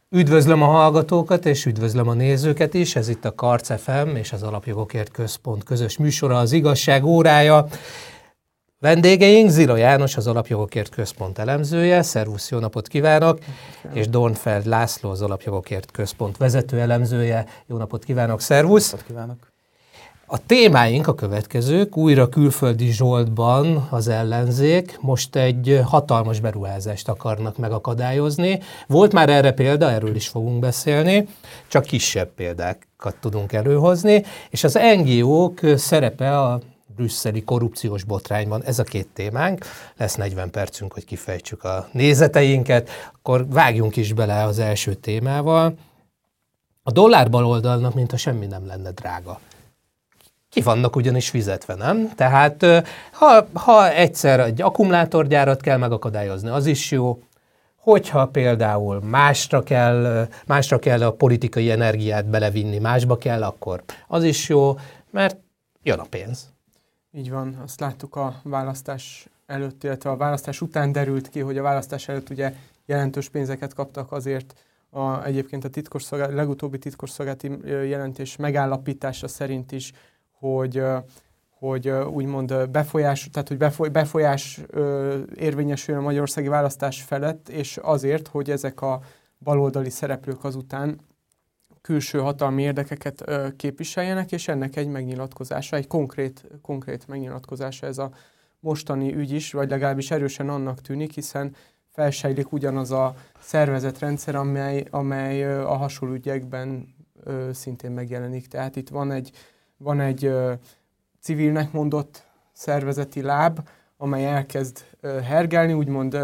Üdvözlöm a hallgatókat, és üdvözlöm a nézőket is. Ez itt a Karc FM és az Alapjogokért Központ közös műsora, az Igazság órája. Vendégeink Zila János, az Alapjogokért Központ elemzője. Szervusz, jó napot kívánok! És Dornfeld László, az Alapjogokért Központ vezető elemzője. Jó napot kívánok, szervusz! Napot kívánok! A témáink a következők. Újra Külföldi Zsoltban az ellenzék most egy hatalmas beruházást akarnak megakadályozni. Volt már erre példa, erről is fogunk beszélni, csak kisebb példákat tudunk előhozni, és az NGO-k szerepe a brüsszeli korrupciós botrányban. Ez a két témánk. Lesz 40 percünk, hogy kifejtsük a nézeteinket, akkor vágjunk is bele az első témával. A dollárbaloldalnak mintha semmi nem lenne drága. Ki vannak ugyanis fizetve, nem? Tehát ha egyszer egy akkumulátorgyárat kell megakadályozni, az is jó. Hogyha például másra kell a politikai energiát belevinni, másba kell, akkor az is jó, mert jön a pénz. Így van, azt láttuk a választás előtt, illetve a választás után derült ki, hogy a választás előtt ugye jelentős pénzeket kaptak azért, egyébként a legutóbbi titkosszolgálati jelentés megállapítása szerint is, hogy úgymond befolyás érvényesüljön a magyarországi választás felett, és azért, hogy ezek a baloldali szereplők azután külső hatalmi érdekeket képviseljenek, és ennek egy megnyilatkozása, egy konkrét megnyilatkozása ez a mostani ügy is, vagy legalábbis erősen annak tűnik, hiszen felsejlik ugyanaz a szervezetrendszer, amely a hasonló ügyekben szintén megjelenik. Tehát itt van egy civilnek mondott szervezeti láb, amely elkezd hergelni, úgymond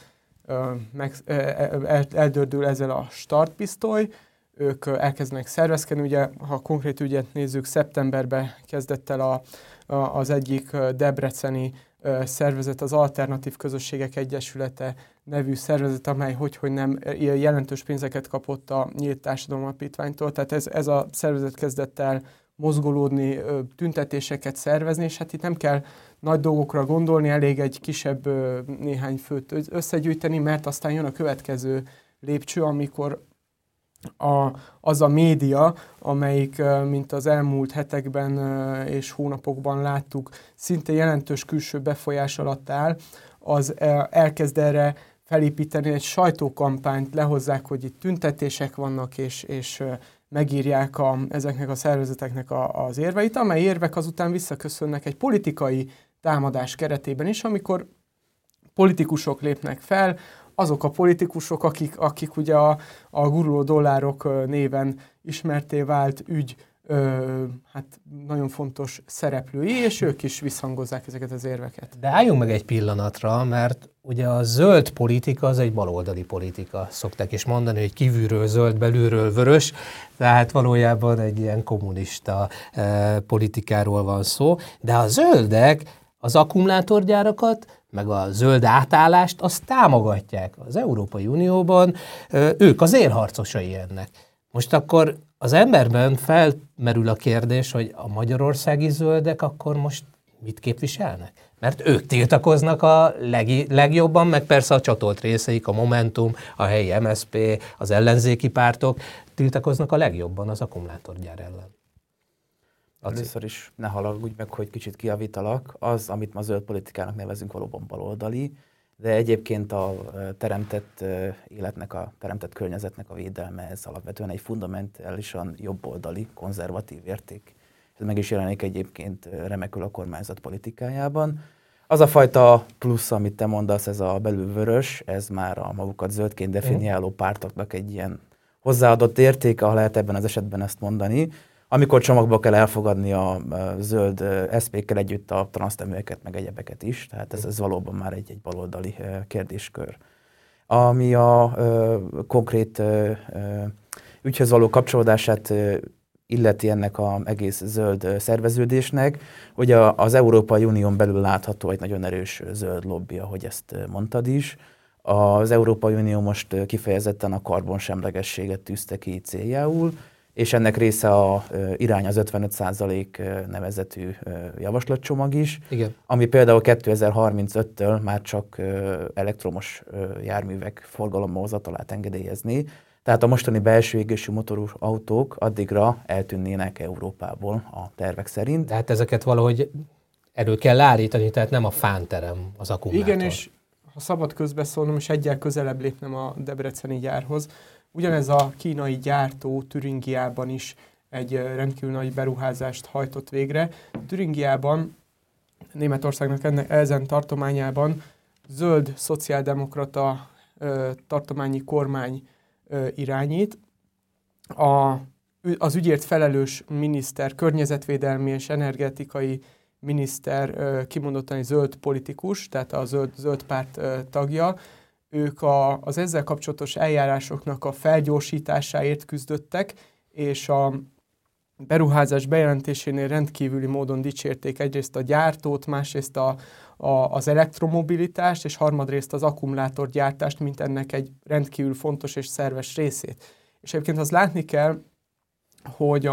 eldördül ezzel a startpisztoly, ők elkezdenek szervezkedni, ugye ha konkrét ügyet nézzük, szeptemberben kezdett el az egyik debreceni szervezet, az Alternatív Közösségek Egyesülete nevű szervezet, amely hogy nem jelentős pénzeket kapott a Nyílt Társadalom Alapítványtól, tehát ez a szervezet kezdett el mozgolódni, tüntetéseket szervezni, és hát itt nem kell nagy dolgokra gondolni, elég egy kisebb néhány főt összegyűjteni, mert aztán jön a következő lépcső, amikor az a média, amelyik, mint az elmúlt hetekben és hónapokban láttuk, szinte jelentős külső befolyás alatt áll, az elkezd erre felépíteni egy sajtókampányt, lehozzák, hogy itt tüntetések vannak, és megírják ezeknek a szervezeteknek az érveit, amely érvek azután visszaköszönnek egy politikai támadás keretében is, amikor politikusok lépnek fel, azok a politikusok, akik ugye a guruló dollárok néven ismertté vált ügy nagyon fontos szereplői, és ők is visszhangozzák ezeket az érveket. De álljunk meg egy pillanatra, mert ugye a zöld politika az egy baloldali politika. Szokták is mondani, hogy kívülről zöld, belülről vörös, tehát valójában egy ilyen kommunista politikáról van szó, de a zöldek az akkumulátorgyárakat, meg a zöld átállást, azt támogatják. Az Európai Unióban ők az élharcosai ennek. Most akkor az emberben felmerül a kérdés, hogy a magyarországi zöldek akkor most mit képviselnek? Mert ők tiltakoznak a legjobban, meg persze a csatolt részeik, a Momentum, a helyi MSZP, az ellenzéki pártok tiltakoznak a legjobban az akkumulátorgyár ellen. Először is ne haragudj meg, hogy kicsit kijavítalak. Az, amit ma zöld politikának nevezünk, valóban baloldali, de egyébként a teremtett életnek, a teremtett környezetnek a védelme, ez alapvetően egy fundamentálisan jobboldali, konzervatív érték. Ez meg is jelenik egyébként remekül a kormányzat politikájában. Az a fajta plusz, amit te mondasz, ez a belülvörös, ez már a magukat zöldként definiáló pártoknak egy ilyen hozzáadott értéke, ha lehet ebben az esetben ezt mondani, amikor csomagba kell elfogadni a zöld SZP-kkel együtt a transzneműeket, meg egyebeket is, tehát ez valóban már egy baloldali kérdéskör. Ami a konkrét ügyhöz való kapcsolódását illeti ennek az egész zöld szerveződésnek, hogy az Európai Unión belül látható egy nagyon erős zöld lobby, ahogy ezt mondtad is. Az Európai Unió most kifejezetten a karbonsemlegességet tűzte ki céljául, és ennek része a irány az 55% nevezetű javaslatcsomag is, igen, ami például 2035-től már csak elektromos járművek forgalomba hozatalát engedélyezni. Tehát a mostani belső égésű motorú autók addigra eltűnnének Európából a tervek szerint. De hát ezeket valahogy elő kell állítani, tehát nem a fánterem az akkumulátor. Igen, és ha szabad közbeszólnom, és egyel közelebb lépnem a debreceni gyárhoz, ugyanez a kínai gyártó Türingiában is egy rendkívül nagy beruházást hajtott végre. Türingiában, Németországnak ezen tartományában zöld szociáldemokrata tartományi kormány irányít. Az ügyért felelős miniszter, környezetvédelmi és energetikai miniszter kimondottan egy zöld politikus, tehát a zöld párt tagja. Ők az ezzel kapcsolatos eljárásoknak a felgyorsításáért küzdöttek, és a beruházás bejelentésénél rendkívüli módon dicsérték egyrészt a gyártót, másrészt az elektromobilitást, és harmadrészt az akkumulátorgyártást, mint ennek egy rendkívül fontos és szerves részét. És egyébként azt látni kell, hogy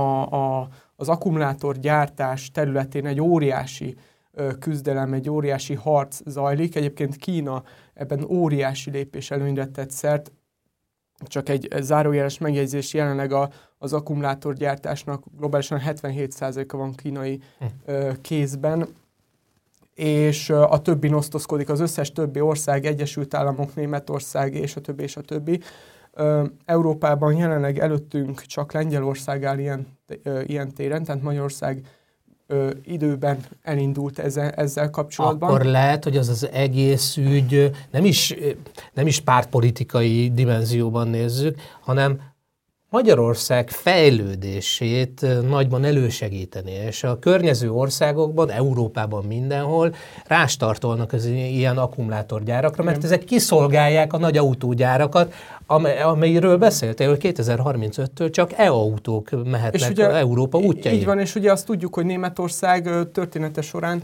az akkumulátorgyártás területén egy óriási küzdelem, egy óriási harc zajlik. Egyébként Kína ebben óriási lépés előnyre tett szert. Csak egy zárójeles megjegyzés, jelenleg az akkumulátorgyártásnak globálisan 77%-a van kínai kézben, és a többi osztozkodik, az összes többi ország, Egyesült Államok, Németország, és a többi, és a többi. Európában jelenleg előttünk csak Lengyelország áll ilyen téren, tehát Magyarország időben elindult ezzel kapcsolatban. Akkor lehet, hogy az egész ügy nem is pártpolitikai dimenzióban nézzük, hanem Magyarország fejlődését nagyban elősegíteni, és a környező országokban, Európában mindenhol rástartolnak az ilyen akkumulátorgyárakra, mert ezek kiszolgálják a nagy autógyárakat, amelyről beszéltél, hogy 2035-től csak e-autók mehetnek ugye, Európa útjain. Így van, és ugye azt tudjuk, hogy Németország története során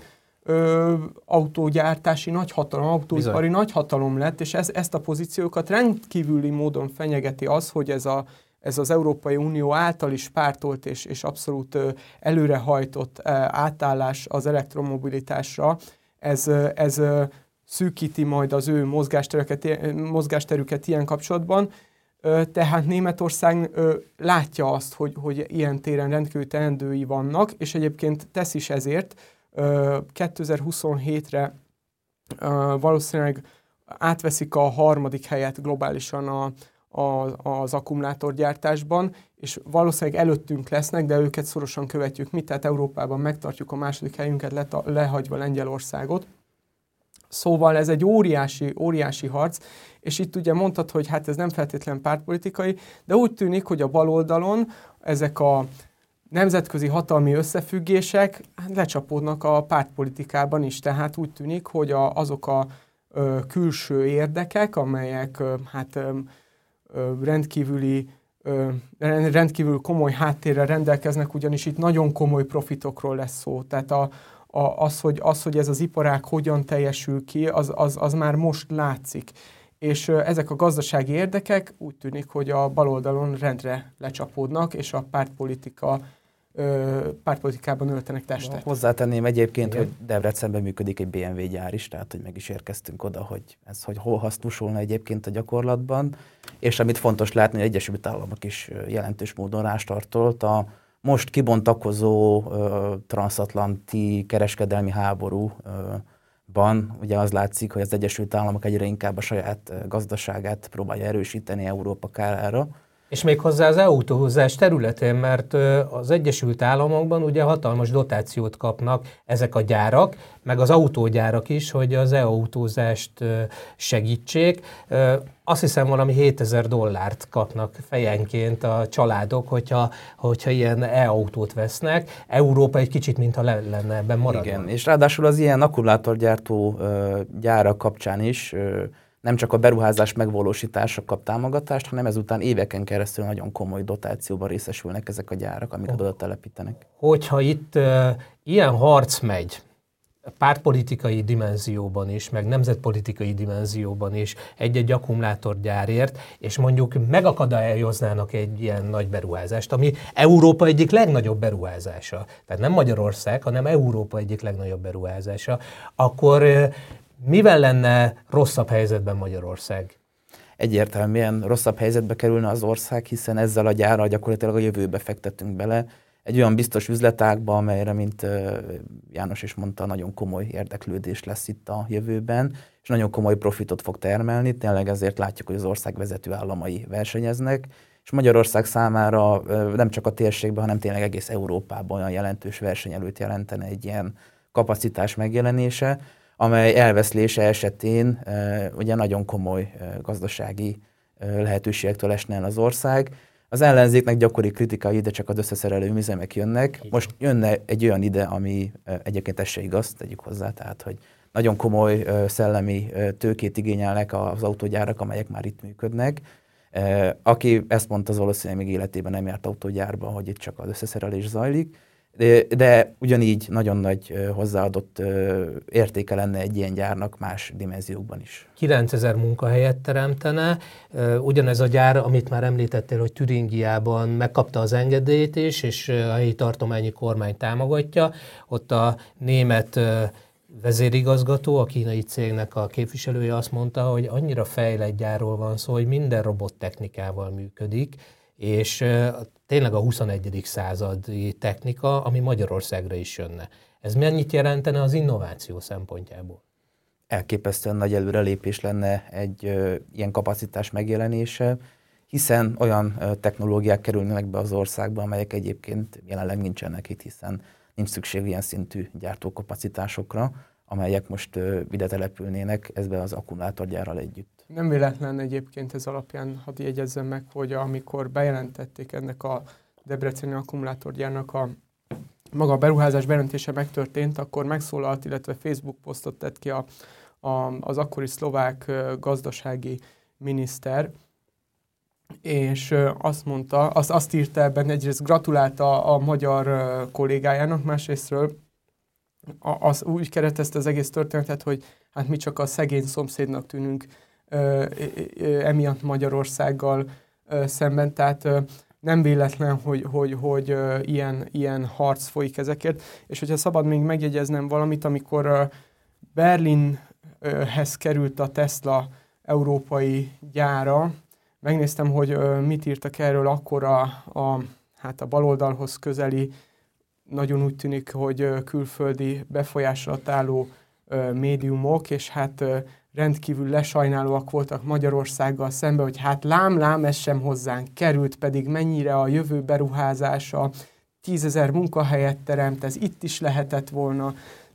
autógyártási nagyhatalom, autóipari nagyhatalom lett, és ezt a pozíciókat rendkívüli módon fenyegeti az, hogy ez az Európai Unió által is pártolt és abszolút előrehajtott átállás az elektromobilitásra, ez szűkíti majd az ő mozgásterüket ilyen kapcsolatban. Tehát Németország látja azt, hogy ilyen téren rendkívül teendői vannak, és egyébként tesz is ezért. 2027-re valószínűleg átveszik a 3. helyet globálisan az akkumulátorgyártásban, és valószínűleg előttünk lesznek, de őket szorosan követjük mi, tehát Európában megtartjuk a 2. helyünket, lehagyva Lengyelországot. Szóval ez egy óriási harc, és itt ugye mondtad, hogy hát ez nem feltétlen pártpolitikai, de úgy tűnik, hogy a baloldalon ezek a nemzetközi hatalmi összefüggések lecsapódnak a pártpolitikában is, tehát úgy tűnik, hogy azok a külső érdekek, amelyek rendkívül komoly háttérrel rendelkeznek, ugyanis itt nagyon komoly profitokról lesz szó. Tehát az, hogy ez az iparág hogyan teljesül ki, az már most látszik. És ezek a gazdasági érdekek úgy tűnik, hogy a baloldalon rendre lecsapódnak, és a pártpolitikában öltenek testet. Hozzátenném egyébként, hogy Debrecenben működik egy BMW gyár is, tehát hogy meg is érkeztünk oda, hogy hol hasznosulna egyébként a gyakorlatban, és amit fontos látni, hogy Egyesült Államok is jelentős módon rástartolt a most kibontakozó transatlanti kereskedelmi háborúban, ugye az látszik, hogy az Egyesült Államok egyre inkább a saját gazdaságát próbálja erősíteni Európa kárára. És még hozzá az e-autózás területén, mert az Egyesült Államokban ugye hatalmas dotációt kapnak ezek a gyárak, meg az autógyárak is, hogy az e-autózást segítsék. Azt hiszem valami $7000 kapnak fejenként a családok, hogyha ilyen e-autót vesznek. Európa egy kicsit mintha lenne ebben maradva. Igen, és ráadásul az ilyen akkumulátorgyártó gyárak kapcsán is nem csak a beruházás megvalósítása kap támogatást, hanem ezután éveken keresztül nagyon komoly dotációban részesülnek ezek a gyárak, amiket oda telepítenek. Hogyha itt ilyen harc megy, pártpolitikai dimenzióban is, meg nemzetpolitikai dimenzióban is egy-egy akkumulátorgyárért, és mondjuk megakadályoznának egy ilyen nagy beruházást, ami Európa egyik legnagyobb beruházása, tehát nem Magyarország, hanem Európa egyik legnagyobb beruházása, akkor mivel lenne rosszabb helyzetben Magyarország? egyértelműen rosszabb helyzetbe kerülne az ország, hiszen ezzel a gyárral gyakorlatilag a jövőbe fektettünk bele, egy olyan biztos üzletágba, amelyre, mint János is mondta, nagyon komoly érdeklődés lesz itt a jövőben, és nagyon komoly profitot fog termelni. Tényleg ezért látjuk, hogy az ország vezető államai versenyeznek, és Magyarország számára nem csak a térségben, hanem tényleg egész Európában olyan jelentős versenyelőt jelentene egy ilyen kapacitás megjelenése, amely elveszlése esetén ugye nagyon komoly gazdasági lehetőségektől esne el az ország. Az ellenzéknek gyakori kritikai, de csak az összeszerelő üzemek jönnek. Most jönne egy olyan ide, ami egyébként ez se igaz, tegyük hozzá, tehát hogy nagyon komoly szellemi tőkét igényelnek az autógyárak, amelyek már itt működnek. Aki ezt mondta, az valószínűleg még életében nem járt autógyárban, hogy itt csak az összeszerelés zajlik. De ugyanígy nagyon nagy hozzáadott értéke lenne egy ilyen gyárnak más dimenziókban is. 9000 munkahelyet teremtene. Ugyanez a gyár, amit már említettél, hogy Türingiában megkapta az engedélyt is, és a helyi tartományi kormány támogatja. Ott a német vezérigazgató, a kínai cégnek a képviselője azt mondta, hogy annyira fejlett gyárról van szó, hogy minden robottechnikával működik, és tényleg a 21. századi technika, ami Magyarországra is jönne. Ez mennyit jelentene az innováció szempontjából? Elképesztően nagy előrelépés lenne egy ilyen kapacitás megjelenése, hiszen olyan technológiák kerülnek be az országba, amelyek egyébként jelenleg nincsenek itt, hiszen nincs szükség ilyen szintű gyártókapacitásokra, amelyek most ide települnének ezbe az akkumulátorgyárral együtt. Nem véletlen egyébként ez alapján, hadd jegyezzem meg, hogy amikor bejelentették ennek a debreceni akkumulátorgyárnak maga a beruházás bejelentése megtörtént, akkor megszólalt, illetve Facebook posztot tett ki az akkori szlovák gazdasági miniszter, és azt mondta, azt írta ebben, egyrészt gratulálta a magyar kollégájának, másrésztről az úgy keretezte az egész történetet, hogy hát mi csak a szegény szomszédnak tűnünk emiatt Magyarországgal szemben, tehát nem véletlen, hogy ilyen harc folyik ezekért. És hogyha szabad még megjegyeznem valamit, amikor Berlinhez került a Tesla európai gyára, megnéztem, hogy mit írtak erről akkor a baloldalhoz közeli, nagyon úgy tűnik, hogy külföldi befolyás alatt álló médiumok, és hát rendkívül lesajnálóak voltak Magyarországgal szemben, hogy hát lám, ez sem hozzánk került, pedig mennyire a jövő beruházása, 10 000 munkahelyet teremt, ez itt is lehetett volna.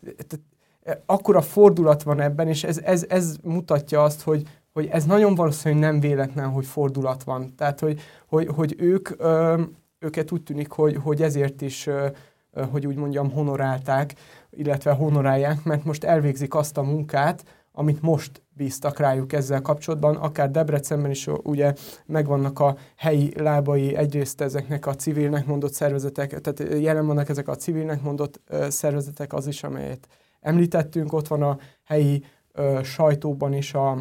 Akkora fordulat van ebben, és ez mutatja azt, hogy ez nagyon valószínűleg nem véletlen, hogy fordulat van. Tehát, hogy őket úgy tűnik, hogy ezért is, hogy úgy mondjam, honorálták, illetve honorálják, mert most elvégzik azt a munkát, amit most bíztak rájuk ezzel kapcsolatban. Akár Debrecenben is ugye megvannak a helyi lábai egyrészt ezeknek a civilnek mondott szervezetek, tehát jelen vannak ezek a civilnek mondott szervezetek, az is, amelyet említettünk. Ott van a helyi sajtóban is a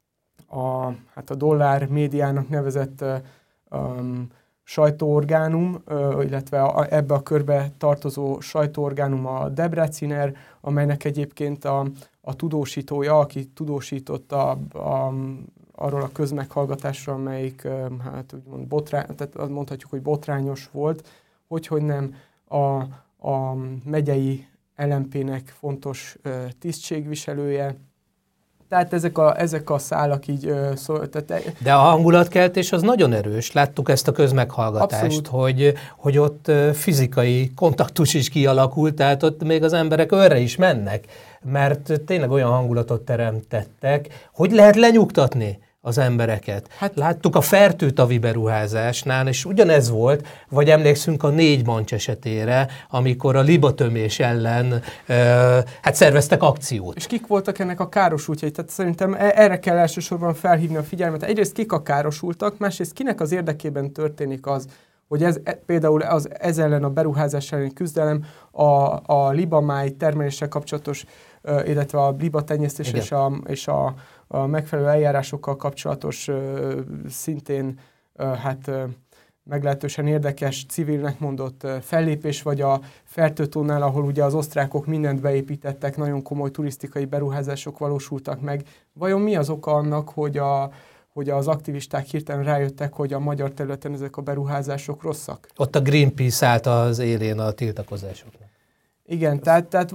Dollár médiának nevezett sajtóorgánum, illetve ebbe a körbe tartozó sajtóorgánum a Debreciner, amelynek egyébként a tudósítója, aki tudósított arról a közmeghallgatásról, amelyik tehát mondhatjuk, hogy botrányos volt, hogy nem a megyei LMP-nek fontos tisztségviselője. Tehát ezek a szálak így De a hangulatkeltés az nagyon erős. Láttuk ezt a közmeghallgatást, hogy ott fizikai kontaktus is kialakult, tehát ott még az emberek örre is mennek, mert tényleg olyan hangulatot teremtettek, hogy lehet lenyugtatni az embereket. Hát láttuk a Fertőtavi beruházásnál, és ugyanez volt, vagy emlékszünk a 4 Mancs esetére, amikor a libatömés ellen szerveztek akciót. És kik voltak ennek a károsultjai? Tehát szerintem erre kell elsősorban felhívni a figyelmet. Egyrészt kik a károsultak, másrészt kinek az érdekében történik az, hogy például ez ellen a beruházás elleni küzdelem, a libamáj termeléssel kapcsolatos, illetve a libatenyésztés és a megfelelő eljárásokkal kapcsolatos szintén meglehetősen érdekes civilnek mondott fellépés, vagy a Fertőtónál, ahol ugye az osztrákok mindent beépítettek, nagyon komoly turisztikai beruházások valósultak meg. Vajon mi az oka annak, hogy az aktivisták hirtelen rájöttek, hogy a magyar területen ezek a beruházások rosszak. Ott a Greenpeace állt az élén a tiltakozásoknak. Igen, tehát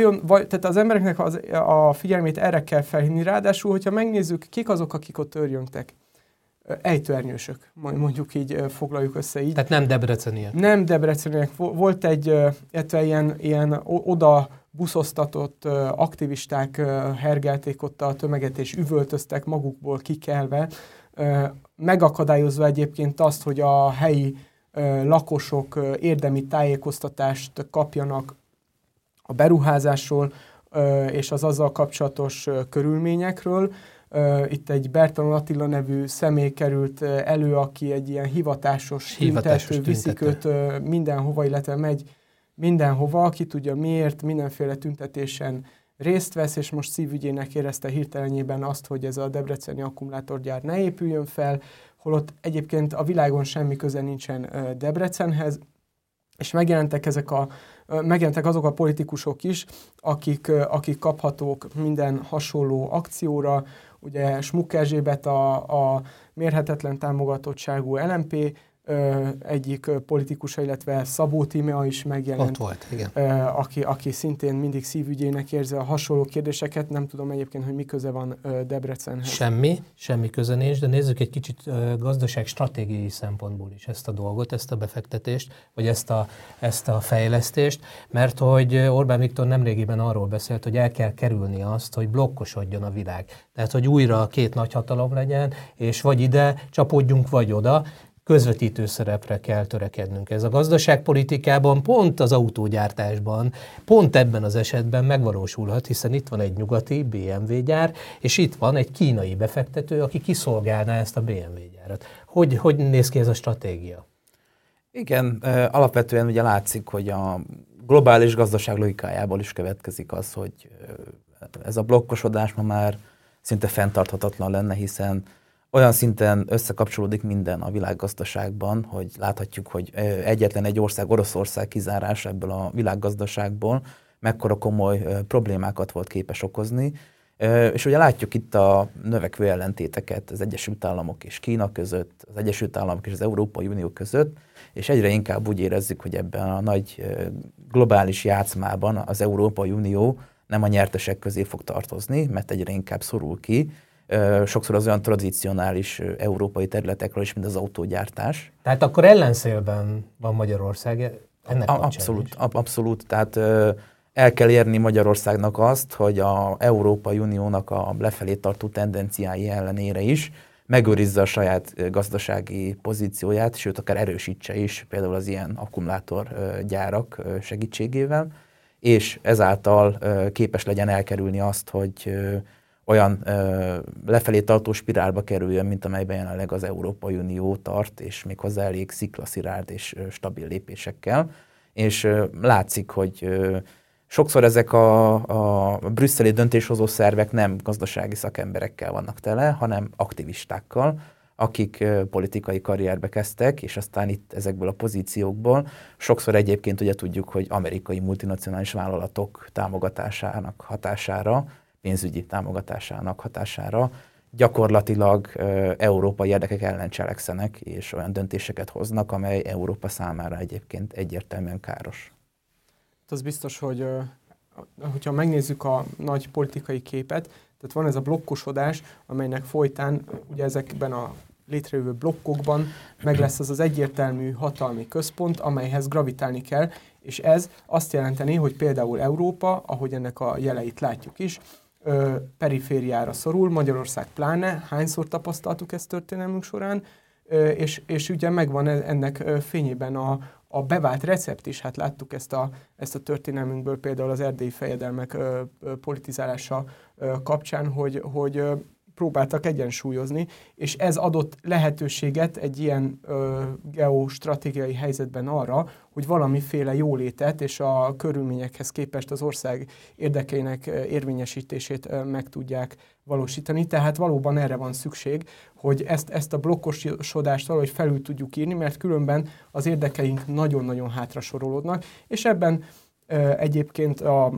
az embereknek a figyelmét erre kell felhívni. Ráadásul, hogyha megnézzük, kik azok, akik ott örjöngtek. Ejtőernyősök, mondjuk így foglaljuk össze így. Tehát nem debreceniek. Nem debreceniek. Volt egy, illetve ilyen oda buszoztatott aktivisták hergelték ott a tömeget, és üvöltöztek magukból kikelve, megakadályozva egyébként azt, hogy a helyi lakosok érdemi tájékoztatást kapjanak a beruházásról és az azzal kapcsolatos körülményekről. Itt egy Bertalan Attila nevű személy került elő, aki egy ilyen hivatásos tüntető, viszik őt mindenhova, illetve megy mindenhova, ki tudja miért, mindenféle tüntetésen részt vesz, és most szívügyének érezte hirtelenjében azt, hogy ez a debreceni akkumulátorgyár ne épüljön fel, holott egyébként a világon semmi köze nincsen Debrecenhez, és megjelentek azok a politikusok is, akik kaphatók minden hasonló akcióra. Ugye Smuk Erzsébet a mérhetetlen támogatottságú LMP egyik politikusa, illetve Szabó Tímea is megjelent. Ott volt, igen. Aki szintén mindig szívügyének érzi a hasonló kérdéseket. Nem tudom egyébként, hogy mi köze van Debrecenhez. Semmi köze nincs, de nézzük egy kicsit gazdaságstratégiai szempontból is ezt a dolgot, ezt a befektetést, vagy ezt a fejlesztést, mert hogy Orbán Viktor nemrégiben arról beszélt, hogy el kell kerülni azt, hogy blokkosodjon a világ. Tehát, hogy újra két nagyhatalom legyen, és vagy ide csapódjunk, vagy oda, közvetítő szerepre kell törekednünk. Ez a gazdaságpolitikában, pont az autógyártásban, pont ebben az esetben megvalósulhat, hiszen itt van egy nyugati BMW gyár, és itt van egy kínai befektető, aki kiszolgálná ezt a BMW gyárat. Hogy néz ki ez a stratégia? Igen, alapvetően ugye látszik, hogy a globális gazdaság logikájából is következik az, hogy ez a blokkosodás ma már szinte fenntarthatatlan lenne, hiszen olyan szinten összekapcsolódik minden a világgazdaságban, hogy láthatjuk, hogy egyetlen egy ország, Oroszország kizárása ebből a világgazdaságból mekkora komoly problémákat volt képes okozni. És ugye látjuk itt a növekvő ellentéteket az Egyesült Államok és Kína között, az Egyesült Államok és az Európai Unió között, és egyre inkább úgy érezzük, hogy ebben a nagy globális játszmában az Európai Unió nem a nyertesek közé fog tartozni, mert egyre inkább szorul ki, sokszor az olyan tradicionális európai területekről is, mint az autógyártás. Tehát akkor ellenszélben van Magyarország ennek Abszolút. Tehát el kell érni Magyarországnak azt, hogy az Európai Uniónak a lefelé tartó tendenciái ellenére is megőrizze a saját gazdasági pozícióját, sőt, akár erősítse is, például az ilyen akkumulátorgyárak segítségével, és ezáltal képes legyen elkerülni azt, hogy olyan lefelé tartó spirálba kerüljön, mint amelyben jelenleg az Európai Unió tart, és méghozzá elég sziklaszilárd és stabil lépésekkel. És látszik, hogy sokszor ezek a brüsszeli döntéshozó szervek nem gazdasági szakemberekkel vannak tele, hanem aktivistákkal, akik politikai karrierbe kezdtek, és aztán itt ezekből a pozíciókból sokszor egyébként ugye tudjuk, hogy amerikai multinacionális vállalatok támogatásának hatására, pénzügyi támogatásának hatására gyakorlatilag európai érdekek ellen cselekszenek, és olyan döntéseket hoznak, amely Európa számára egyébként egyértelműen káros. Az biztos, hogy hogyha megnézzük a nagy politikai képet, tehát van ez a blokkosodás, amelynek folytán ugye ezekben a létrejövő blokkokban meg lesz az egyértelmű hatalmi központ, amelyhez gravitálni kell, és ez azt jelenteni, hogy például Európa, ahogy ennek a jeleit látjuk is, perifériára szorul, Magyarország pláne, hányszor tapasztaltuk ezt történelmünk során, és ugye megvan ennek fényében a bevált recept is, hát láttuk ezt a történelmünkből például az erdélyi fejedelmek politizálása kapcsán, hogy próbáltak egyensúlyozni, és ez adott lehetőséget egy ilyen geostratégiai helyzetben arra, hogy valamiféle jólétet és a körülményekhez képest az ország érdekeinek érvényesítését meg tudják valósítani. Tehát valóban erre van szükség, hogy ezt a blokkosodást valahogy felül tudjuk írni, mert különben az érdekeink nagyon-nagyon hátra sorolódnak, és ebben Egyébként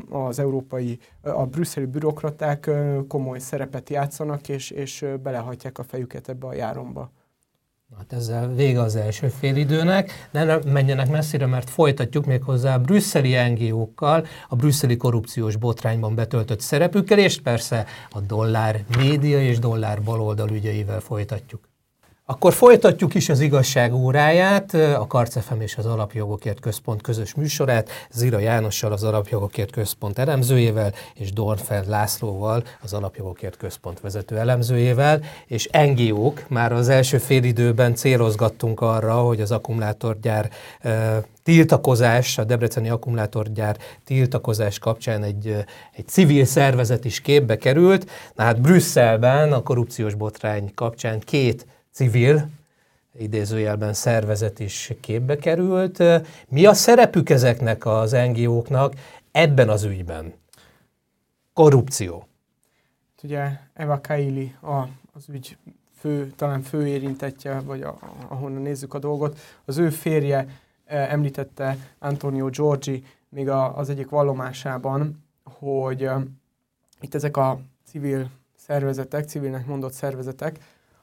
a brüsszeli bürokraták komoly szerepet játszanak, és belehajtják a fejüket ebbe a járomba. Hát ezzel vége az első félidőnek, ne menjenek messzire, mert folytatjuk még hozzá a brüsszeli NGO-kkal, a brüsszeli korrupciós botrányban betöltött szerepükkel, és persze a dollár média és dollár baloldal ügyeivel folytatjuk. Akkor folytatjuk is az igazság óráját, a Karc FM és az Alapjogokért Központ közös műsorát, Zira Jánossal, az Alapjogokért Központ elemzőjével, és Dornfeld Lászlóval, az Alapjogokért Központ vezető elemzőjével, és NGO-k, már az első félidőben célozgattunk arra, hogy az akkumulátorgyár tiltakozás, a debreceni akkumulátorgyár tiltakozás kapcsán egy civil szervezet is képbe került. Na hát Brüsszelben a korrupciós botrány kapcsán 2 civil, idézőjelben szervezet is képbe került. Mi a szerepük ezeknek az NGO-knak ebben az ügyben? Korrupció. Ugye Eva Kaili az ügy talán fő érintettje, vagy ahonnan nézzük a dolgot. Az ő férje említette Antonio Giorgi még az egyik vallomásában, hogy itt ezek a civil szervezetek, civilnek mondott szervezetek,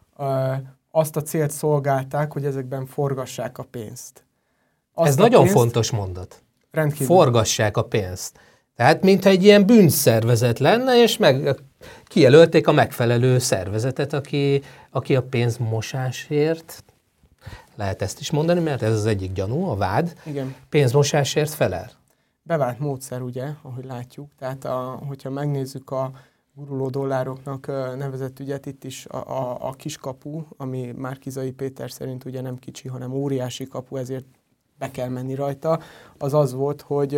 azt a célt szolgálták, hogy ezekben forgassák a pénzt. Ez nagyon fontos mondat. Rendkívül. Forgassák a pénzt. Tehát, mintha egy ilyen bűnszervezet lenne, és kijelölték a megfelelő szervezetet, aki a pénzmosásért, lehet ezt is mondani, mert ez az egyik gyanú, a vád, igen, pénzmosásért felel. Bevált módszer, ugye, ahogy látjuk. Tehát, hogyha megnézzük a guruló dollároknak nevezett ügyet, itt is a kiskapu, ami Márki-Zay Péter szerint ugye nem kicsi, hanem óriási kapu, ezért be kell menni rajta, az volt, hogy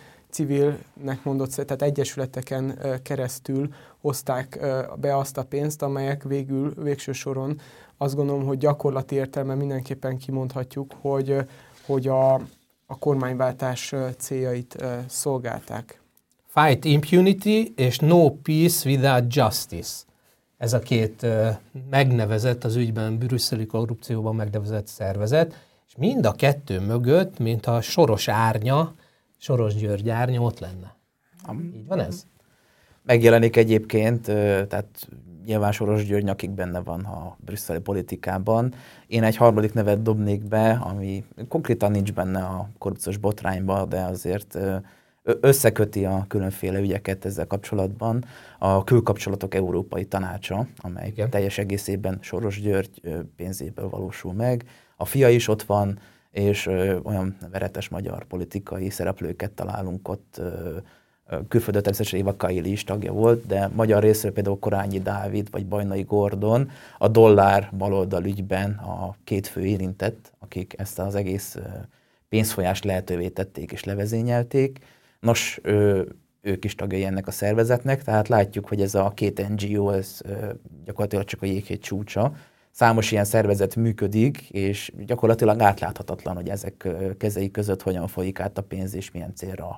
civilnek mondott, tehát egyesületeken keresztül hozták be azt a pénzt, amelyek végső soron azt gondolom, hogy gyakorlati értelme mindenképpen kimondhatjuk, hogy a kormányváltás céljait szolgálták. Fight impunity és no peace without justice. Ez a 2 megnevezett, az ügyben brüsszeli korrupcióban megnevezett szervezet, és mind a 2 mögött, mintha Soros árnya, Soros György árnya ott lenne. Így van ez? Megjelenik egyébként, tehát nyilván Soros György nyakig benne van a brüsszeli politikában. Én egy harmadik nevet dobnék be, ami konkrétan nincs benne a korrupciós botrányban, de azért összeköti a különféle ügyeket ezzel kapcsolatban. A Külkapcsolatok Európai Tanácsa, amely igen, teljes egészében Soros György pénzéből valósul meg. A fia is ott van, és olyan veretes magyar politikai szereplőket találunk ott. Külföldön természetesen Eva Kaili is tagja volt, de magyar részről például Korányi Dávid vagy Bajnai Gordon a dollár baloldal ügyben a 2 fő érintett, akik ezt az egész pénzfolyást lehetővé tették és levezényelték. Nos, ők is tagjai ennek a szervezetnek, tehát látjuk, hogy ez a 2 NGO, ez gyakorlatilag csak a jéghegy csúcsa. Számos ilyen szervezet működik, és gyakorlatilag átláthatatlan, hogy ezek kezei között hogyan folyik át a pénz, és milyen célra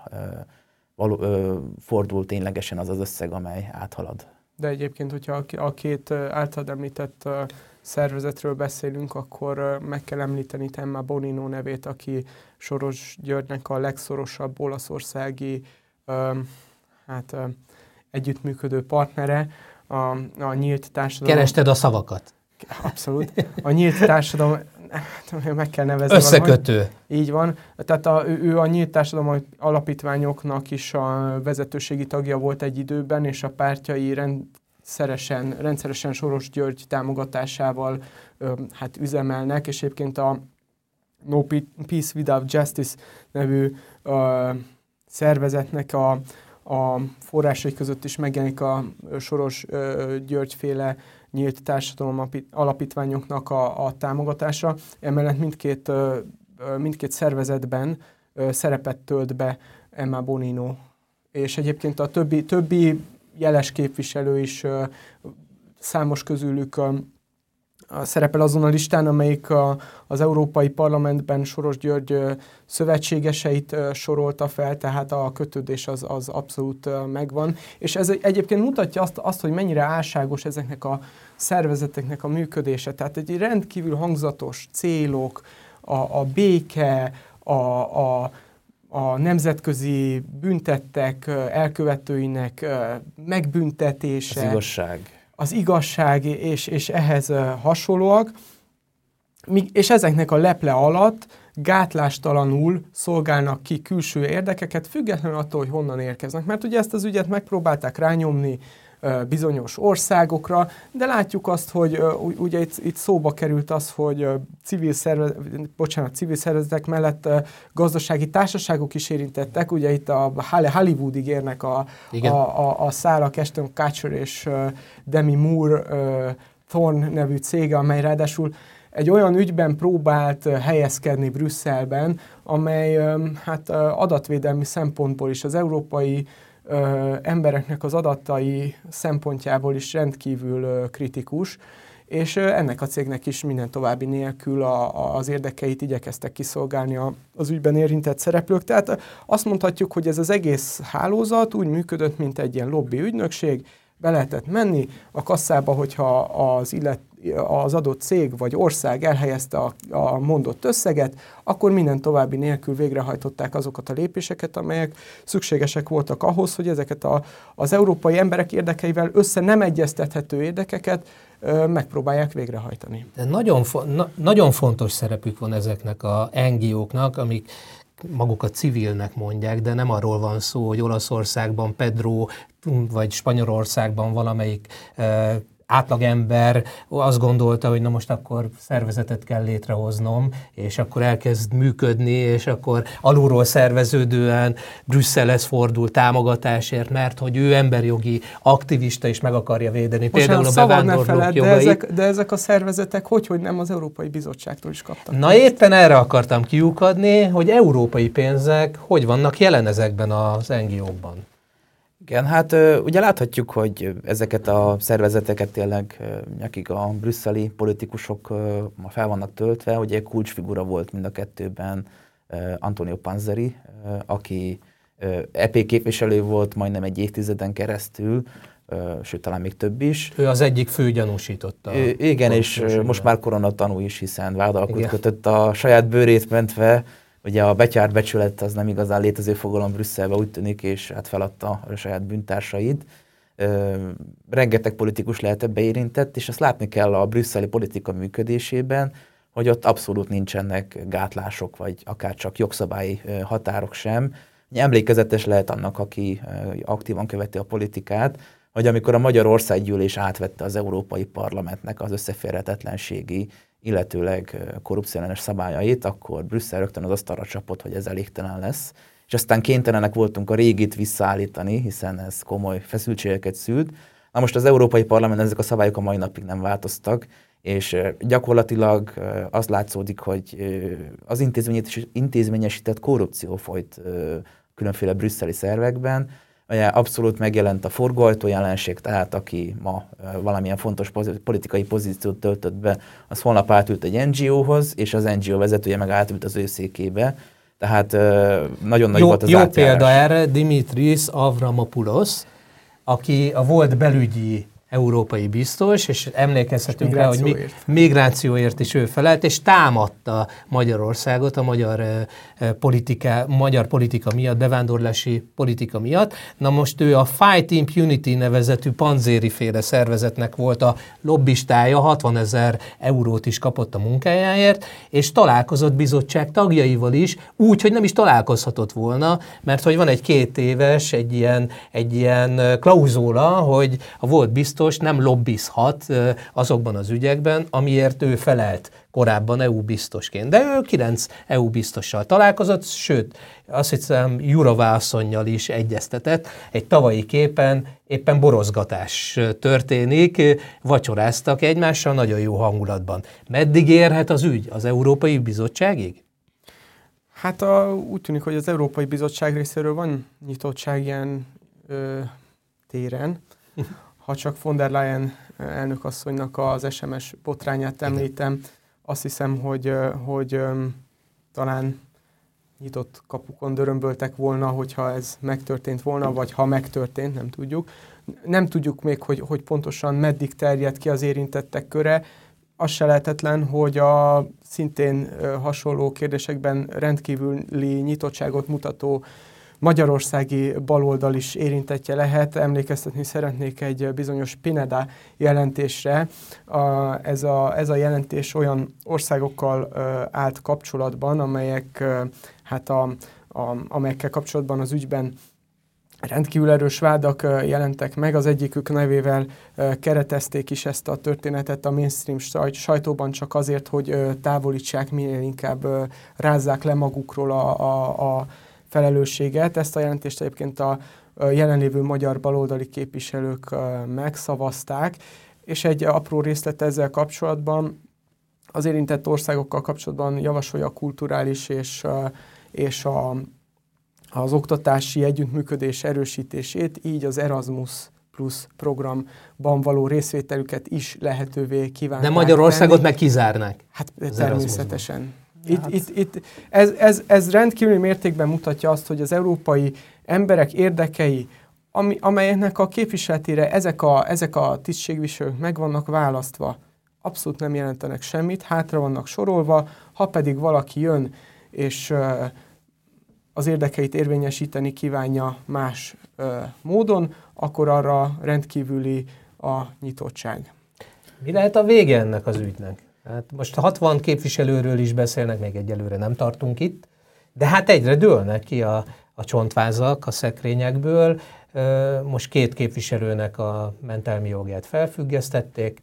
fordul ténylegesen az az összeg, amely áthalad. De egyébként, hogyha a 2 általad említett szervezetről beszélünk, akkor meg kell említeni Emma Bonino nevét, aki Soros Györgynek a legszorosabb olaszországi együttműködő partnere, a Nyílt Társadalom. Kerested a szavakat. Abszolút. A Nyílt Társadalom, meg kell nevezni. Összekötő. Valahogy. Így van. Tehát ő a Nyílt Társadalom alapítványoknak is a vezetőségi tagja volt egy időben, és a pártjai rendszeresen Soros György támogatásával üzemelnek, és egyébként a No Peace Without Justice nevű szervezetnek a forrásai között is megjelenik a Soros Györgyféle Nyílt Társadalom alapítványoknak a támogatása. Emellett mindkét szervezetben szerepet tölt be Emma Bonino. És egyébként a többi jeles képviselő is, számos közülük szerepel azon a listán, amelyik az Európai Parlamentben Soros György szövetségeseit sorolta fel, tehát a kötődés az abszolút megvan. És ez egyébként mutatja azt, hogy mennyire álságos ezeknek a szervezeteknek a működése. Tehát egy rendkívül hangzatos célok, a béke, a nemzetközi büntettek elkövetőinek megbüntetése, az igazság és ehhez hasonlóak, és ezeknek a leple alatt gátlástalanul szolgálnak ki külső érdekeket, függetlenül attól, hogy honnan érkeznek. Mert ugye ezt az ügyet megpróbálták rányomni bizonyos országokra, de látjuk azt, hogy ugye itt szóba került az, hogy civil szervezetek mellett gazdasági társaságok is érintettek, ugye itt a Hollywoodig érnek a szálak, Ashton Kutcher és Demi Moore Thorne nevű cége, amely ráadásul egy olyan ügyben próbált helyezkedni Brüsszelben, amely hát adatvédelmi szempontból is az európai embereknek az adatai szempontjából is rendkívül kritikus, és ennek a cégnek is minden további nélkül az érdekeit igyekeztek kiszolgálni az ügyben érintett szereplők. Tehát azt mondhatjuk, hogy ez az egész hálózat úgy működött, mint egy ilyen lobby ügynökség, be lehetett menni a kasszába, hogyha az adott cég vagy ország elhelyezte a mondott összeget, akkor minden további nélkül végrehajtották azokat a lépéseket, amelyek szükségesek voltak ahhoz, hogy ezeket az európai emberek érdekeivel össze nem egyeztethető érdekeket megpróbálják végrehajtani. De nagyon fontos szerepük van ezeknek a NGO-knak, amik magukat civilnek mondják, de nem arról van szó, hogy Olaszországban Pedro, vagy Spanyolországban valamelyik átlagember azt gondolta, hogy na most akkor szervezetet kell létrehoznom, és akkor elkezd működni, és akkor alulról szerveződően Brüsszelhez fordul támogatásért, mert hogy ő emberjogi aktivista és meg akarja védeni. Például a bevándorlók jogait. De ezek a szervezetek hogy nem az Európai Bizottságtól is kaptak? Na éppen erre akartam kiukadni, hogy európai pénzek hogy vannak jelen ezekben az NGO-kban. Igen, hát ugye láthatjuk, hogy ezeket a szervezeteket tényleg nyakig a brüsszeli politikusok ma fel vannak töltve. Ugye kulcsfigura volt mind a kettőben Antonio Panzeri, aki EP képviselő volt majdnem egy évtizeden keresztül, sőt talán még több is. Ő az egyik fő gyanúsította. Igen, és most már koronatanú is, hiszen vádalkut kötött a saját bőrét mentve. Ugye a betyár becsület az nem igazán létező fogalom Brüsszelbe, úgy tűnik, és hát feladta a saját bűntársait. Rengeteg politikus lehet ebbe érintett, és azt látni kell a brüsszeli politika működésében, hogy ott abszolút nincsenek gátlások, vagy akár csak jogszabályi határok sem. Emlékezetes lehet annak, aki aktívan követi a politikát, hogy amikor a Magyar Országgyűlés átvette az Európai Parlamentnek az összeférhetetlenségi, illetőleg korrupcióellenes szabályait, akkor Brüsszel rögtön az asztalra csapott, hogy ez elégtelen lesz. És aztán kénytelenek voltunk a régit visszaállítani, hiszen ez komoly feszültségeket szült. Na most az Európai Parlament ezek a szabályok a mai napig nem változtak, és gyakorlatilag az látszódik, hogy az intézményesített korrupció folyt különféle brüsszeli szervekben. Ugye abszolút megjelent a forgóajtó jelenség, tehát aki ma valamilyen fontos politikai pozíciót töltött be, az holnap átült egy NGO-hoz, és az NGO vezetője meg átült az ő székébe. Tehát nagyon nagy volt az jó átjárás. Példa erre Dimitris Avramopoulos, aki a volt belügyi európai biztos, és emlékezhetünk rá, hogy migrációért is ő felelt, és támadta Magyarországot a magyar politika miatt, bevándorlási politika miatt. Na most ő a Fight Impunity nevezetű Panzeri-féle szervezetnek volt a lobbistája, 60 000 eurót is kapott a munkájáért, és találkozott bizottság tagjaival is, úgy, hogy nem is találkozhatott volna, mert hogy van egy 2 éves, egy ilyen klauzula, hogy a volt biztos nem lobbizhat azokban az ügyekben, amiért ő felelt korábban EU biztosként. De ő 9 EU biztossal találkozott, sőt, azt hiszem Jourová asszonnyal is egyeztetett. Egy tavalyi képen éppen borozgatás történik, vacsoráztak egymással nagyon jó hangulatban. Meddig érhet az ügy? Az Európai Bizottságig? Hát úgy tűnik, hogy az Európai Bizottság részéről van nyitottság ilyen téren. Ha csak von der Leyen elnökasszonynak az SMS botrányát említem, azt hiszem, hogy talán nyitott kapukon dörömböltek volna, hogyha ez megtörtént volna, vagy ha megtörtént, nem tudjuk. Nem tudjuk még, hogy pontosan meddig terjed ki az érintettek köre. az se lehetetlen, hogy a szintén hasonló kérdésekben rendkívüli nyitottságot mutató magyarországi baloldal is érintettje lehet. Emlékeztetni szeretnék egy bizonyos Pineda jelentésre. Ez a jelentés olyan országokkal állt kapcsolatban, amelyek amelyekkel kapcsolatban az ügyben rendkívül erős vádak jelentek meg. Az egyikük nevével keretezték is ezt a történetet a mainstream sajtóban csak azért, hogy távolítsák, minél inkább rázzák le magukról a felelősséget. Ezt a jelentést egyébként a jelenlévő magyar baloldali képviselők megszavazták, és egy apró részlet ezzel kapcsolatban az érintett országokkal kapcsolatban javasolja a kulturális és az oktatási együttműködés erősítését, így az Erasmus Plus programban való részvételüket is lehetővé kívánták. De Magyarországot meg kizárnák. Hát természetesen. Ez rendkívüli mértékben mutatja azt, hogy az európai emberek érdekei, amelyeknek a képviseletére ezek a tisztségviselők meg vannak választva, abszolút nem jelentenek semmit, hátra vannak sorolva, ha pedig valaki jön és az érdekeit érvényesíteni kívánja más módon, akkor arra rendkívüli a nyitottság. Mi lehet a vége ennek az ügynek? Hát most 60 képviselőről is beszélnek, még egyelőre nem tartunk itt, de hát egyre dőlnek ki a csontvázak a szekrényekből. Most 2 képviselőnek a mentelmi jogját felfüggesztették.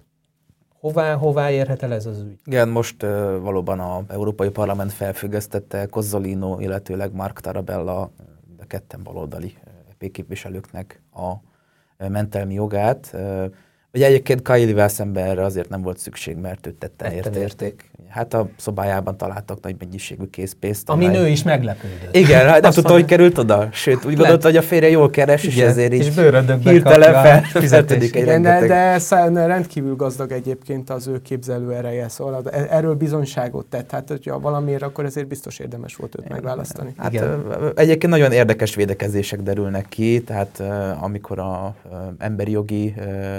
Hová érhet el ez az ügy? Igen, most valóban az Európai Parlament felfüggesztette Cozzolino, illetőleg Mark Tarabella, de ketten baloldali EP képviselőknek a mentelmi jogát. Ugye egyébként Kailivel szemben erre azért nem volt szükség, mert őt tetten érték. Hát a szobájában találtak nagy mennyiségű készpénzt. Ami nő is meglepődött. Igen, hát nem tudta, hogy került oda. Sőt, úgy gondolta, hogy a férje jól keres, és ezért így hirtelen felfizetődik egy rengeteg. De rendkívül gazdag egyébként az ő képzelő ereje, szóval erről bizonyságot tett. Hát, hogyha valamiért, akkor ezért biztos érdemes volt őt megválasztani. Hát egyébként nagyon érdekes védekezések derülnek ki, tehát amikor az emberi jogi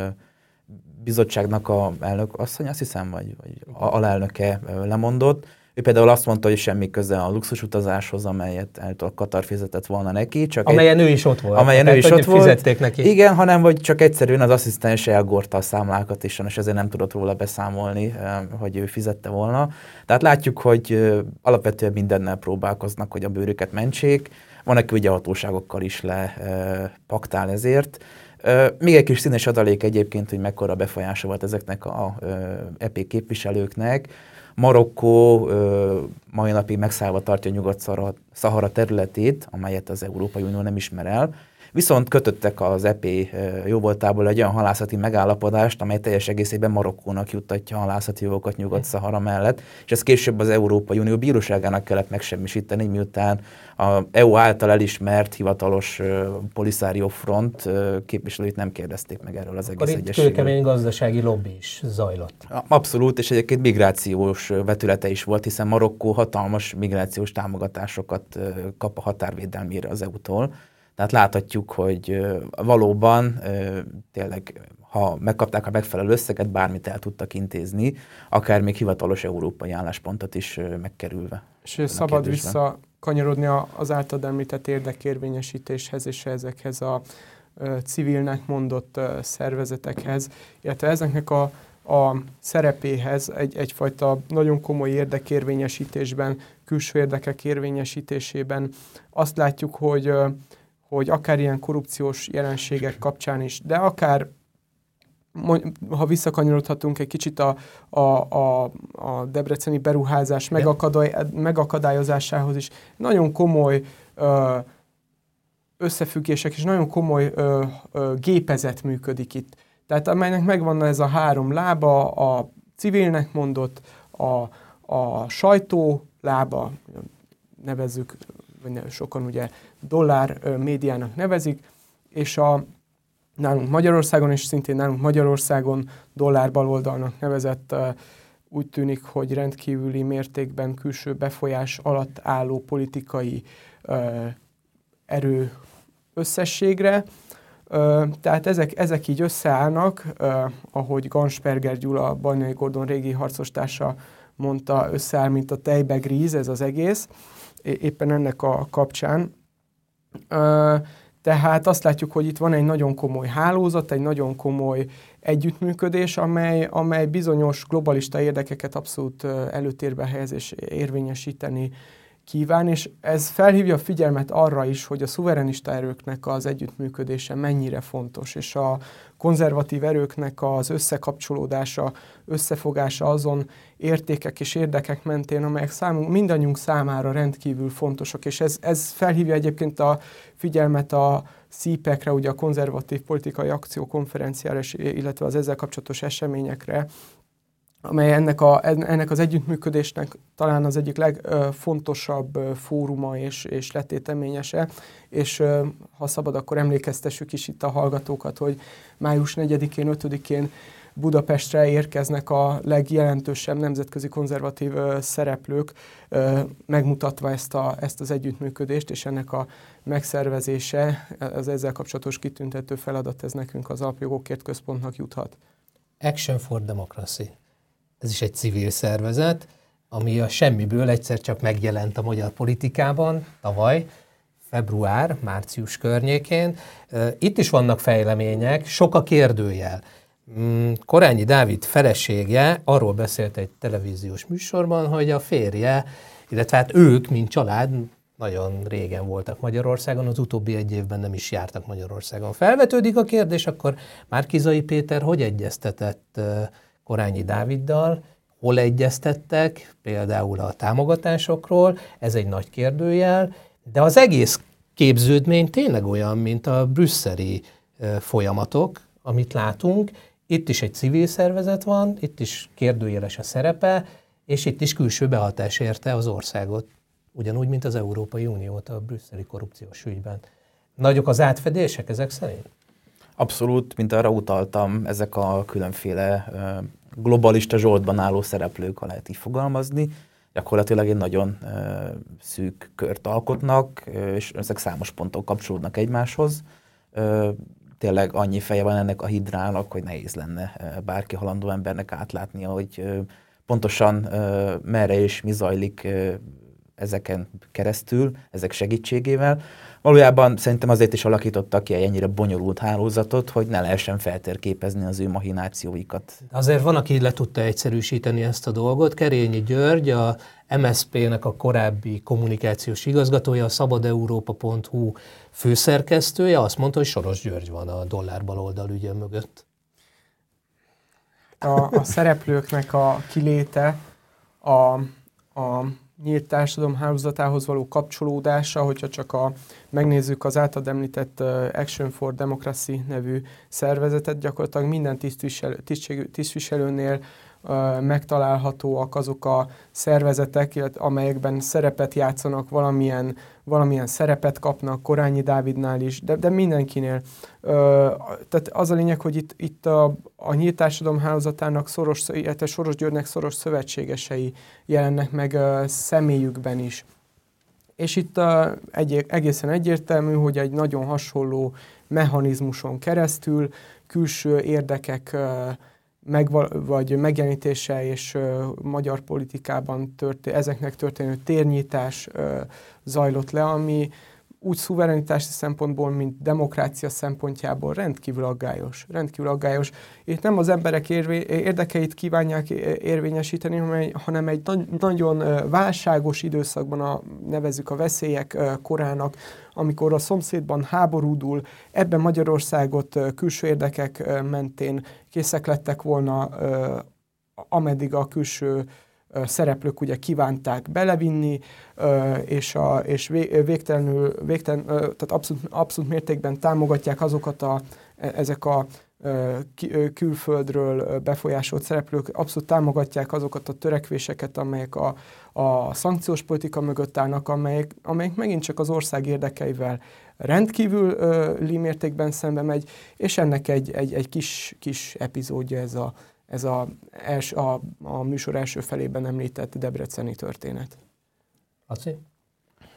bizottságnak a elnök asszony, azt hiszem, vagy alelnöke lemondott. Ő például azt mondta, hogy semmi köze a luxusutazáshoz, amelyet a Katar fizetett volna neki. Amelyen ő is ott volt. Amelyen ő is ott volt. Fizették neki. Igen, hanem vagy csak egyszerűen az asszisztens elgorta a számlákat is, és ezért nem tudott róla beszámolni, hogy ő fizette volna. Tehát látjuk, hogy alapvetően mindennel próbálkoznak, hogy a bőrüket mentsék. Van, aki ugye hatóságokkal is lepaktál ezért. Még egy kis színes adalék egyébként, hogy mekkora befolyása volt ezeknek a EP képviselőknek. Marokkó mai napig megszállva tartja Nyugat-Szahara területét, amelyet az Európai Unió nem ismer el. Viszont kötöttek az EP jóvoltából egy olyan halászati megállapodást, amely teljes egészében Marokkónak juttatja a halászati jogokat Nyugat-Szahara mellett, és ezt később az Európai Unió bíróságának kellett megsemmisíteni, miután a EU által elismert hivatalos Polisario Front képviselőit nem kérdezték meg erről az egész egyességről. Itt kőkemény gazdasági lobby is zajlott. Abszolút, és egyébként migrációs vetülete is volt, hiszen Marokkó hatalmas migrációs támogatásokat kap a határvédelmére az EU-tól. Tehát láthatjuk, hogy valóban tényleg, ha megkapták a megfelelő összeget, bármit el tudtak intézni, akár még hivatalos európai álláspontot is megkerülve. És szabad visszakanyarodni az általad említett érdekérvényesítéshez és ezekhez a civilnek mondott szervezetekhez, illetve ezeknek a szerepéhez egyfajta nagyon komoly érdekérvényesítésben, külső érdekek érvényesítésében azt látjuk, hogy akár ilyen korrupciós jelenségek kapcsán is, de akár, ha visszakanyarodhatunk egy kicsit a debreceni beruházás megakadályozásához is, nagyon komoly összefüggések és nagyon komoly gépezet működik itt. Tehát amelynek megvan ez a 3 lába, a civilnek mondott, a sajtó lába, nevezzük, vagy sokan ugye dollár médiának nevezik, és nálunk Magyarországon, és szintén nálunk Magyarországon dollár baloldalnak nevezett, úgy tűnik, hogy rendkívüli mértékben külső befolyás alatt álló politikai erő összességre. Tehát ezek így összeállnak, ahogy Gansperger Gyula, Bajnai Gordon régi harcostársa mondta, összeáll, mint a tejbe gríz ez az egész, éppen ennek a kapcsán. Tehát azt látjuk, hogy itt van egy nagyon komoly hálózat, egy nagyon komoly együttműködés, amely bizonyos globalista érdekeket abszolút előtérbe helyez és érvényesíteni kíván, és ez felhívja a figyelmet arra is, hogy a szuverenista erőknek az együttműködése mennyire fontos, és a konzervatív erőknek az összekapcsolódása, összefogása azon értékek és érdekek mentén, amelyek mindannyiunk számára rendkívül fontosak, és ez felhívja egyébként a figyelmet a CPEC-re, ugye a Konzervatív Politikai Akció Konferenciára, illetve az ezzel kapcsolatos eseményekre, amely ennek az együttműködésnek talán az egyik legfontosabb fóruma és letéteményese, és ha szabad, akkor emlékeztessük is itt a hallgatókat, hogy május 4-én, 5-én Budapestre érkeznek a legjelentősebb nemzetközi konzervatív szereplők, megmutatva ezt az együttműködést, és ennek a megszervezése, az ezzel kapcsolatos kitüntető feladat, ez nekünk az Alapjogokért Központnak juthat. Action for Democracy. Ez is egy civil szervezet, ami a semmiből egyszer csak megjelent a magyar politikában tavaly, március környékén. Itt is vannak fejlemények, sok a kérdőjel. Korányi Dávid felesége arról beszélt egy televíziós műsorban, hogy a férje, illetve hát ők, mint család, nagyon régen voltak Magyarországon, az utóbbi egy évben nem is jártak Magyarországon. Felvetődik a kérdés, akkor Márki-Zay Péter hogy egyeztetett Korányi Dáviddal, hol egyeztettek, például a támogatásokról, ez egy nagy kérdőjel, de az egész képződmény tényleg olyan, mint a brüsszeli folyamatok, amit látunk. Itt is egy civil szervezet van, itt is kérdőjeles a szerepe, és itt is külső behatás érte az országot, ugyanúgy, mint az Európai Uniót a brüsszeli korrupciós ügyben. Nagyok az átfedések ezek szerint? Abszolút, mint arra utaltam, ezek a különféle globalista zsoldban álló szereplők, ha lehet így fogalmazni, gyakorlatilag egy nagyon szűk kört alkotnak, és ezek számos ponton kapcsolódnak egymáshoz. Tényleg annyi feje van ennek a hidrának, hogy nehéz lenne bárki halandó embernek átlátnia, hogy pontosan merre és mi zajlik ezeken keresztül, ezek segítségével. Valójában szerintem azért is alakítottak ki egy ennyire bonyolult hálózatot, hogy ne lehessen feltérképezni az ő mahinációikat. Azért van, aki le tudta egyszerűsíteni ezt a dolgot. Kerényi György, a MSZP-nek a korábbi kommunikációs igazgatója, a szabadeurópa.hu főszerkesztője, azt mondta, hogy Soros György van a dollárbaloldal ügye mögött. A szereplőknek a kiléte, a nyílt társadalom hálózatához való kapcsolódása, hogyha csak megnézzük az általad említett Action for Democracy nevű szervezetet, gyakorlatilag minden tisztviselőnél megtalálhatóak azok a szervezetek, amelyekben szerepet játszanak, valamilyen szerepet kapnak, Korányi Dávidnál is, de mindenkinél. Tehát az a lényeg, hogy itt a nyílt társadalom hálózatának Soros Györgynek szoros szövetségesei jelennek meg személyükben is. És itt egészen egyértelmű, hogy egy nagyon hasonló mechanizmuson keresztül külső érdekek vagy megjelenítése és magyar politikában ezeknek történő térnyítás zajlott le, ami úgy szuverenitási szempontból, mint demokrácia szempontjából rendkívül aggályos. Rendkívül aggályos. Itt nem az emberek érdekeit kívánják érvényesíteni, hanem egy nagyon válságos időszakban, nevezzük a veszélyek korának, amikor a szomszédban háborúdul, ebben Magyarországot külső érdekek mentén készek lettek volna, ameddig a külső szereplők ugye kívánták belevinni, és tehát abszolút mértékben támogatják azokat ezek a külföldről befolyásolt szereplők, abszolút támogatják azokat a törekvéseket, amelyek a szankciós politika mögött állnak, amelyek megint csak az ország érdekeivel rendkívül mértékben szembe megy, és ennek egy kis epizódja ez a műsor első felében említett debreceni történet. Laci?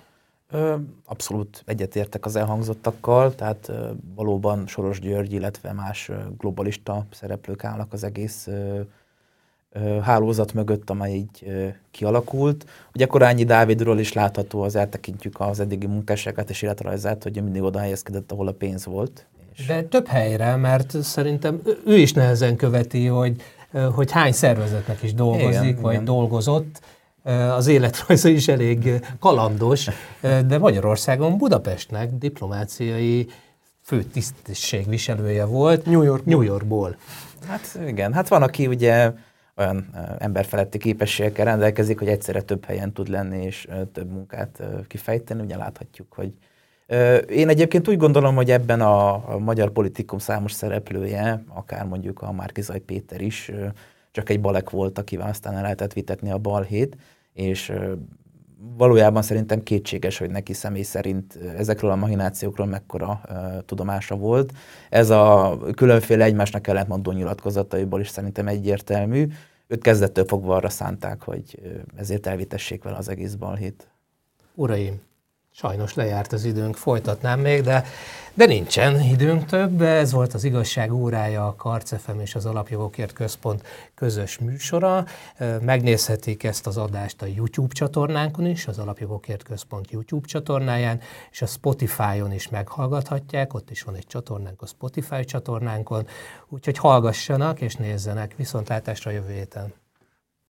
Abszolút egyetértek az elhangzottakkal, tehát valóban Soros György, illetve más globalista szereplők állnak az egész hálózat mögött, amely így kialakult. Ugye Korányi Dávidról is látható, az eltekintjük az eddigi munkásságát és életrajzát, hogy mindig oda helyezkedett, ahol a pénz volt. De több helyre, mert szerintem ő is nehezen követi, hogy hány szervezetnek is dolgozik, igen, vagy igen. dolgozott. Az életrajza is elég kalandos, de Magyarországon Budapestnek diplomáciai főtisztségviselője volt. New Yorkból. Hát igen, hát van, aki ugye olyan emberfeletti képességekkel rendelkezik, hogy egyszerre több helyen tud lenni és több munkát kifejteni. Ugye láthatjuk, hogy én egyébként úgy gondolom, hogy ebben a magyar politikum számos szereplője, akár mondjuk a Márki-Zay Péter is, csak egy balek volt, akivel aztán el lehetett vitetni a balhét, és valójában szerintem kétséges, hogy neki személy szerint ezekről a mahinációkról mekkora tudomása volt. Ez a különféle egymásnak ellentmondó nyilatkozataiból is szerintem egyértelmű. Őt kezdettől fogva arra szánták, hogy ezért elvitessék vele az egész balhét. Uraim, sajnos lejárt az időnk, folytatnám még, de nincsen időnk több. Ez volt az Igazság órája, a Karc FM és az Alapjogokért Központ közös műsora. Megnézhetik ezt az adást a YouTube csatornánkon is, az Alapjogokért Központ YouTube csatornáján, és a Spotify-on is meghallgathatják, ott is van egy csatornánk a Spotify csatornánkon, úgyhogy hallgassanak és nézzenek. Viszontlátásra jövő héten!